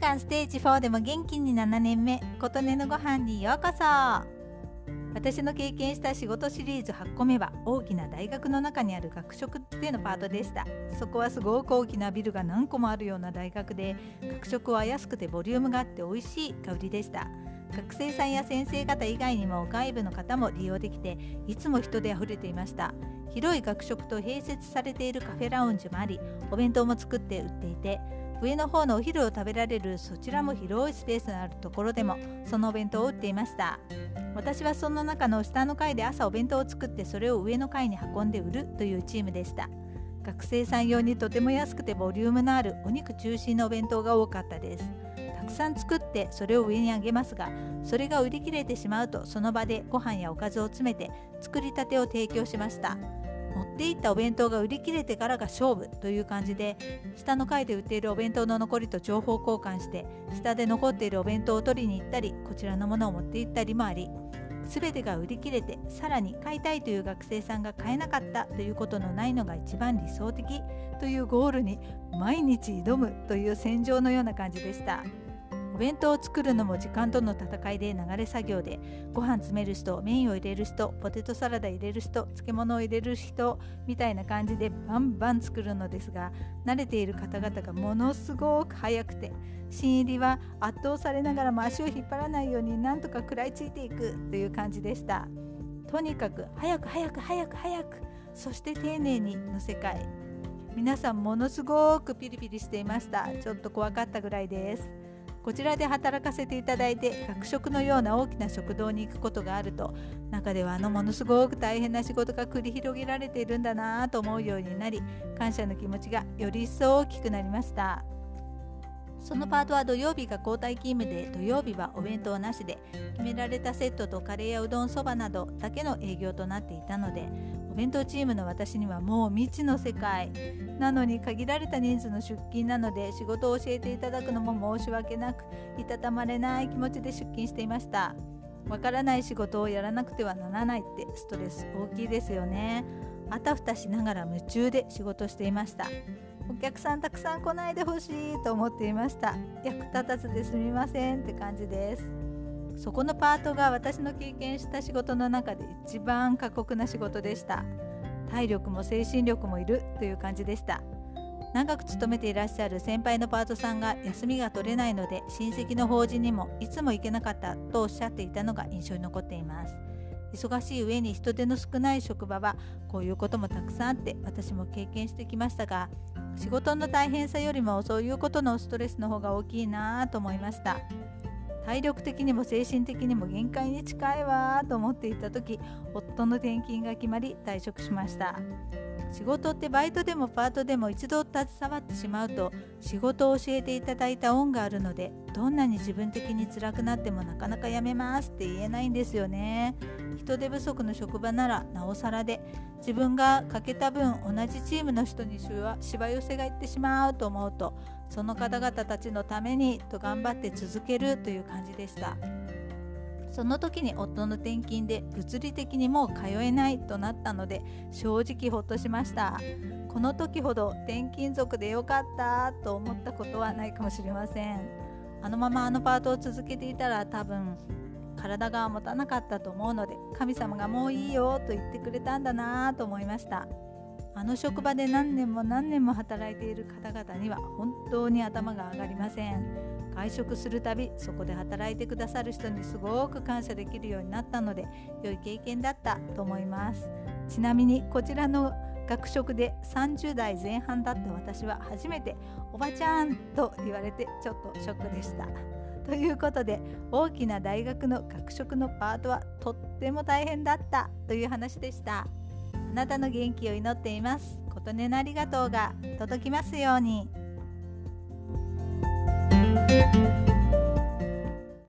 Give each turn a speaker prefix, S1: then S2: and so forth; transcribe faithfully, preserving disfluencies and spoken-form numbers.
S1: 間ステージフォーでも元気にななねんめ、琴音のご飯にようこそ。私の経験した仕事シリーズはちこめは大きな大学の中にある学食でのパートでした。そこはすごく大きなビルが何個もあるような大学で、学食は安くてボリュームがあって美味しい香りでした。学生さんや先生方以外にも外部の方も利用できて、いつも人であふれていました。広い学食と併設されているカフェラウンジもあり、お弁当も作って売っていて、上の方のお昼を食べられるそちらも広いスペースのあるところでもそのお弁当を売っていました。私はその中の下の階で朝お弁当を作ってそれを上の階に運んで売るというチームでした。学生さん用にとても安くてボリュームのあるお肉中心のお弁当が多かったです。たくさん作ってそれを上にあげますが、それが売り切れてしまうとその場でご飯やおかずを詰めて作りたてを提供しました。持っていったお弁当が売り切れてからが勝負という感じで、下の階で売っているお弁当の残りと情報交換して、下で残っているお弁当を取りに行ったり、こちらのものを持って行ったりもあり、全てが売り切れて、さらに買いたいという学生さんが買えなかったということのないのが一番理想的というゴールに毎日挑むという戦場のような感じでした。お弁当を作るのも時間との戦いで流れ作業で、ご飯詰める人、麺を入れる人、ポテトサラダ入れる人、漬物を入れる人みたいな感じでバンバン作るのですが、慣れている方々がものすごく早くて、新入りは圧倒されながらも足を引っ張らないようになんとか食らいついていくという感じでした。とにかく早く早く早く早く、そして丁寧にの世界。皆さんものすごくピリピリしていました。ちょっと怖かったぐらいです。こちらで働かせていただいて、学食のような大きな食堂に行くことがあると、中ではあのものすごく大変な仕事が繰り広げられているんだなと思うようになり、感謝の気持ちがより一層大きくなりました。そのパートは土曜日が交代勤務で、土曜日はお弁当なしで、決められたセットとカレーやうどんそばなどだけの営業となっていたので、お弁当チームの私にはもう未知の世界なのに、限られた人数の出勤なので仕事を教えていただくのも申し訳なく、いたたまれない気持ちで出勤していました。わからない仕事をやらなくてはならないってストレス大きいですよね。あたふたしながら夢中で仕事していました。お客さんたくさん来ないでほしいと思っていました。役立たずですみませんって感じです。そこのパートが私の経験した仕事の中で一番過酷な仕事でした。体力も精神力もいるという感じでした。長く勤めていらっしゃる先輩のパートさんが休みが取れないので、親戚の法事にもいつも行けなかったとおっしゃっていたのが印象に残っています。忙しい上に人手の少ない職場はこういうこともたくさんあって、私も経験してきましたが、仕事の大変さよりもそういうことのストレスの方が大きいなと思いました。体力的にも精神的にも限界に近いわと思っていた時、夫の転勤が決まり退職しました。仕事ってバイトでもパートでも一度携わってしまうと、仕事を教えていただいた恩があるので、どんなに自分的に辛くなってもなかなか辞めますって言えないんですよね。人手不足の職場ならなおさらで、自分がかけた分同じチームの人にしわしわ寄せがいってしまうと思うと、その方々たちのためにと頑張って続けるという感じでした。その時に夫の転勤で物理的にもう通えないとなったので、正直ほっとしました。この時ほど転勤族でよかったと思ったことはないかもしれません。あのままあのパートを続けていたら多分体が持たなかったと思うので、神様がもういいよと言ってくれたんだなと思いました。あの職場で何年も何年も働いている方々には本当に頭が上がりません。外食するたび、そこで働いてくださる人にすごく感謝できるようになったので、良い経験だったと思います。ちなみにこちらの学食でさんじゅう代前半だった私は初めておばちゃんと言われてちょっとショックでした。ということで、大きな大学の学食のパートはとっても大変だったという話でした。あなたの元気を祈っています。琴音のありがとうが届きますように。